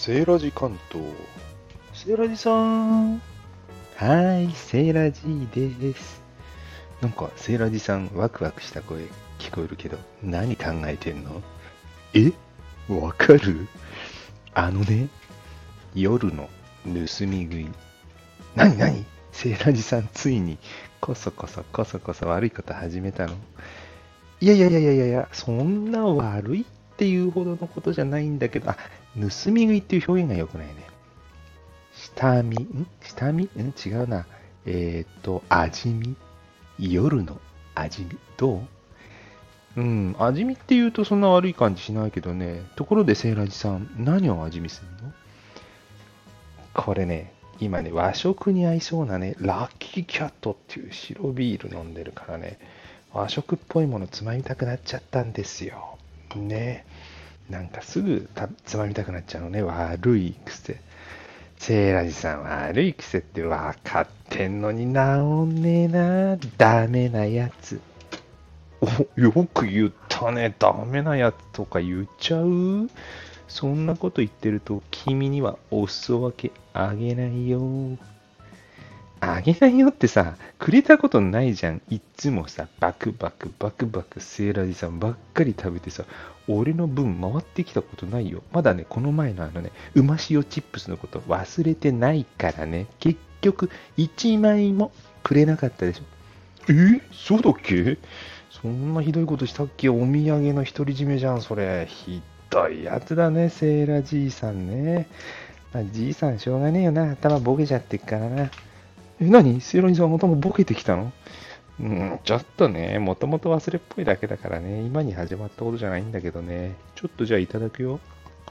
セーラジ関東。セーラジさん。はーい、セーラジです。なんか、セーラジさん、ワクワクした声聞こえるけど、何考えてんの？え、わかる？あのね、夜の盗み食い。何セーラジさん、ついに、こそこそ悪いこと始めたの？いや、そんな悪いっていうほどのことじゃないんだけど、盗み食いっていう表現が良くないね。下見違うな。味見。夜の味見。どう？味見って言うとそんな悪い感じしないけどね。ところで、セイラジさん、何を味見するの？これね、今ね、和食に合いそうなね、ラッキーキャットっていう白ビール飲んでるからね、和食っぽいものつまみたくなっちゃったんですよ。ね。なんかすぐつまみたくなっちゃうのね、悪い癖。セーラジさん悪い癖って分かってんのに治んねえな。ダメなやつ。よく言ったね。ダメなやつとか言っちゃう？そんなこと言ってると君にはお裾分けあげないよ。あげないよってさ、くれたことないじゃん。いっつもさ、バクバクセーラジさんばっかり食べてさ、俺の分回ってきたことないよ。まだね、この前のうま塩チップスのこと忘れてないからね。結局、1枚もくれなかったでしょ。そうだっけ？そんなひどいことしたっけ？お土産の独り占めじゃん、それ。ひどいやつだね、セーラじいさんね。じいさんしょうがねえよな。頭ボケちゃってっからな。何セイロニさん頭ボケてきたの？ちょっとね、もともと忘れっぽいだけだからね、今に始まったことじゃないんだけどね。ちょっとじゃあいただくよ。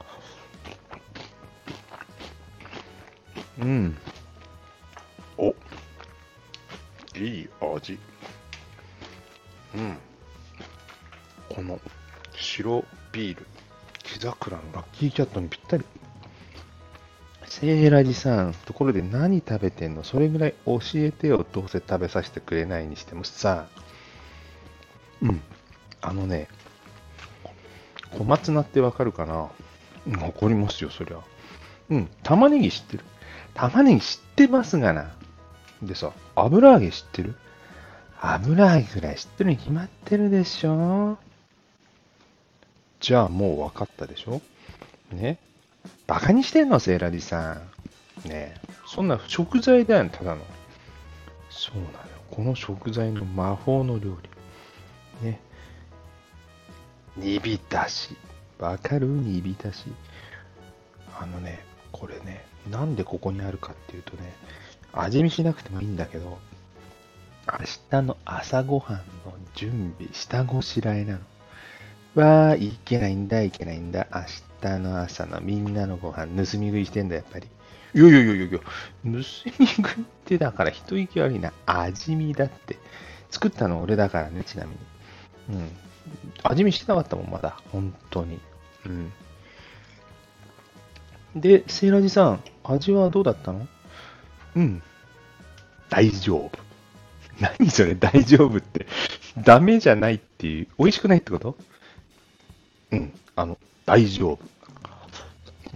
うん。お、いい味。うん。この白ビール、木桜のラッキーキャットにぴったり。セーラジさん、ところで何食べてんの？それぐらい教えてよ。どうせ食べさせてくれないにしてもさ。うん。あのね、小松菜ってわかるかな？わかりますよ、そりゃ。玉ねぎ知ってる？玉ねぎ知ってますがな。でさ、油揚げ知ってる？油揚げぐらい知ってるに決まってるでしょ。じゃあもう分かったでしょ？ね。バカにしてんの、セーラジさん。ねえ。そんな食材だよ、ただの。そうなのよ。この食材の魔法の料理。ね。煮浸し。わかる？煮浸し。これね、なんでここにあるかっていうとね、味見しなくてもいいんだけど、明日の朝ごはんの準備、下ごしらえなの。いけないんだ、いけないんだ。明日の朝のみんなのご飯、盗み食いしてんだ、やっぱり。いや、盗み食いってだから一息悪いな。味見だって。作ったの俺だからね、ちなみに。味見してなかったもん、まだ。本当に。うん。で、セイラジさん、味はどうだったの？うん。大丈夫。何それ、大丈夫って。ダメじゃないっていう、美味しくないってこと？大丈夫。うん。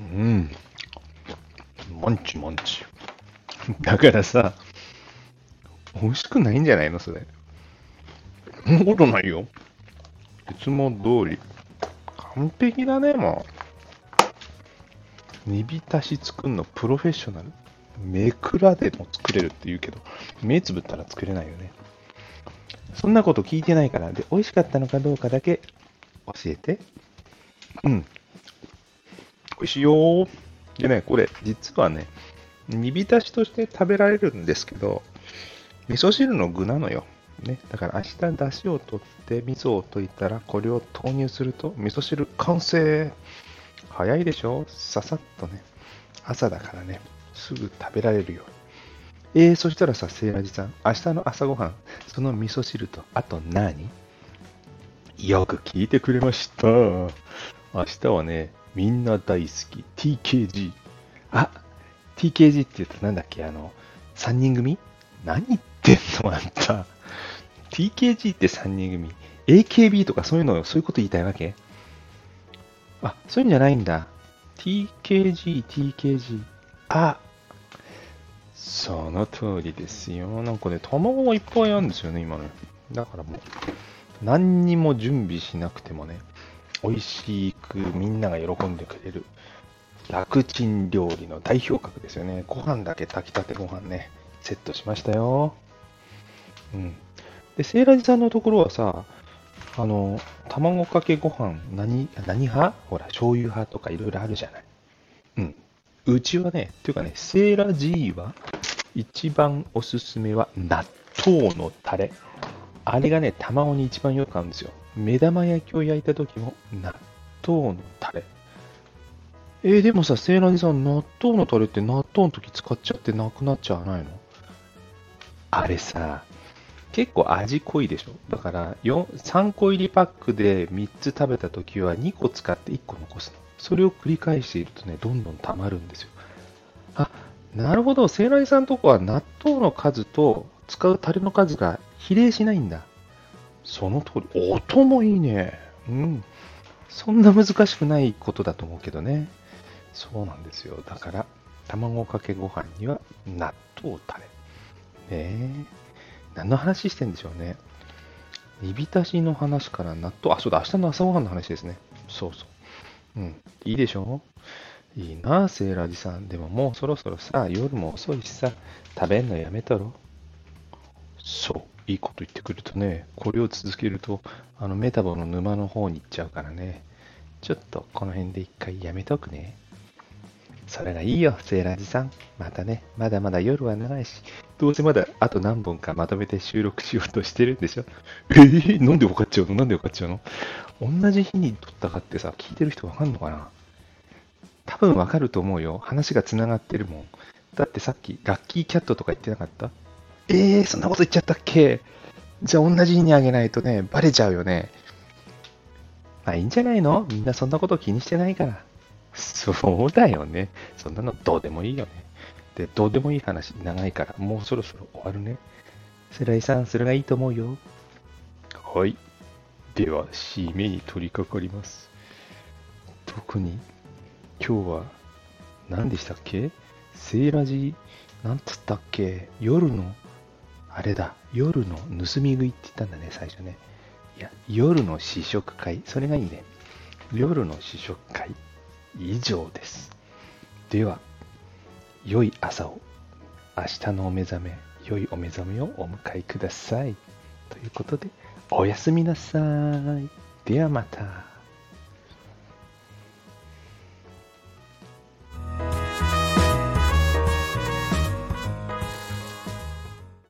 マンチマンチ。だからさ、美味しくないんじゃないのそれ。そんなことないよ。いつも通り。完璧だね、もう。煮浸し作るのプロフェッショナル。目くらでも作れるって言うけど、目つぶったら作れないよね。そんなこと聞いてないから、で、美味しかったのかどうかだけ教えて。うん。美味しいよー。でね、これ、実はね、煮浸しとして食べられるんですけど、味噌汁の具なのよ。ね、だから明日出汁を取って味噌を溶いたらこれを投入すると味噌汁完成。早いでしょ？ささっとね。朝だからね、すぐ食べられるように。そしたらさ、セイラジさん、明日の朝ごはん、その味噌汁と、あと何？よく聞いてくれました。明日はね、みんな大好き TKG。あ、TKG って言うとなんだっけ、3人組？何言ってんのあんた。TKG って3人組。AKB とかそういうこと言いたいわけ？そういうんじゃないんだ。 TKG、TKG。あ、その通りですよ。なんかね、卵がいっぱいあるんですよね、今ね。だからもう、何にも準備しなくてもね、美味しくみんなが喜んでくれる楽ちん料理の代表格ですよね。ご飯だけ炊きたてご飯ね、セットしましたよ。うん。で、セイラジさんのところはさ、卵かけご飯、何派ほら、醤油派とかいろいろあるじゃない。うん。うちはね、っていうかね、セイラ G は一番おすすめは納豆のタレ。あれがね、卵に一番よく合うんですよ。目玉焼きを焼いた時も納豆のタレ。でもさ、セイラジさん、納豆のタレって納豆の時使っちゃってなくなっちゃわないの？あれさ、結構味濃いでしょ。だから3個入りパックで3つ食べたときは2個使って1個残すの。それを繰り返しているとね、どんどん溜まるんですよ。あ、なるほど。セイライさんのとこは納豆の数と使うタレの数が比例しないんだ。その通り。音もいいね。うん。そんな難しくないことだと思うけどね。そうなんですよ。だから、卵かけご飯には納豆タレ。ねえ。何の話してんでしょうね。煮浸しの話から納豆、あ、そうだ、明日の朝ごはんの話ですね。そうそう。うん。いいでしょいいなあ、セーラジさん。でももうそろそろさ、夜も遅いしさ、食べんのやめたろ。そう。いいこと言ってくるとね、これを続けると、メタボの沼の方に行っちゃうからね。ちょっとこの辺で一回やめとくね。それがいいよ、セーラージさん。またね、まだまだ夜は長いし、どうせまだあと何本かまとめて収録しようとしてるんでしょ。なんで分かっちゃうの？なんで分かっちゃうの？同じ日に撮ったかってさ、聞いてる人分かんのかな？多分分かると思うよ。話が繋がってるもん。だってさっき、ラッキーキャットとか言ってなかった？そんなこと言っちゃったっけ？じゃあ同じ日にあげないとね、バレちゃうよね。まあいいんじゃないの？みんなそんなこと気にしてないから。そうだよね。そんなのどうでもいいよね。で、どうでもいい話長いから、もうそろそろ終わるね。セライさん、それがいいと思うよ。はい。では、締めに取り掛かります。特に、今日は、何でしたっけ？セーラジ、なんつったっけ？夜の、あれだ、夜の盗み食いって言ったんだね、最初ね。いや、夜の試食会。それがいいね。夜の試食会。以上です。では、良い朝を。明日のお目覚め、良いお目覚めをお迎えください。ということで、おやすみなさい。ではまた。